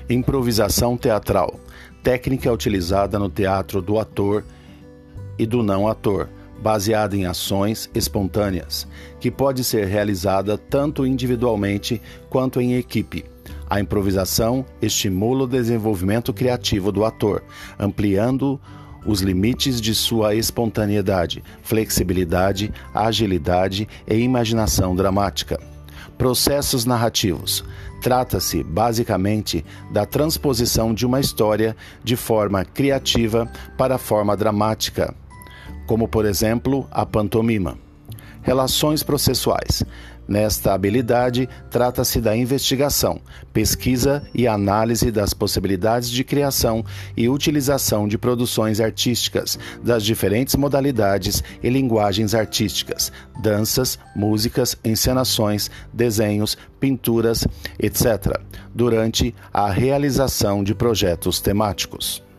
Improvisação teatral, técnica utilizada no teatro do ator e do não ator, baseada em ações espontâneas, que pode ser realizada tanto individualmente quanto em equipe. A improvisação estimula o desenvolvimento criativo do ator, ampliando os limites de sua espontaneidade, flexibilidade, agilidade e imaginação dramática. Processos narrativos. Trata-se, basicamente, da transposição de uma história de forma criativa para a forma dramática, como, por exemplo, a pantomima. Relações processuais. Nesta habilidade, trata-se da investigação, pesquisa e análise das possibilidades de criação e utilização de produções artísticas das diferentes modalidades e linguagens artísticas, danças, músicas, encenações, desenhos, pinturas, etc., durante a realização de projetos temáticos.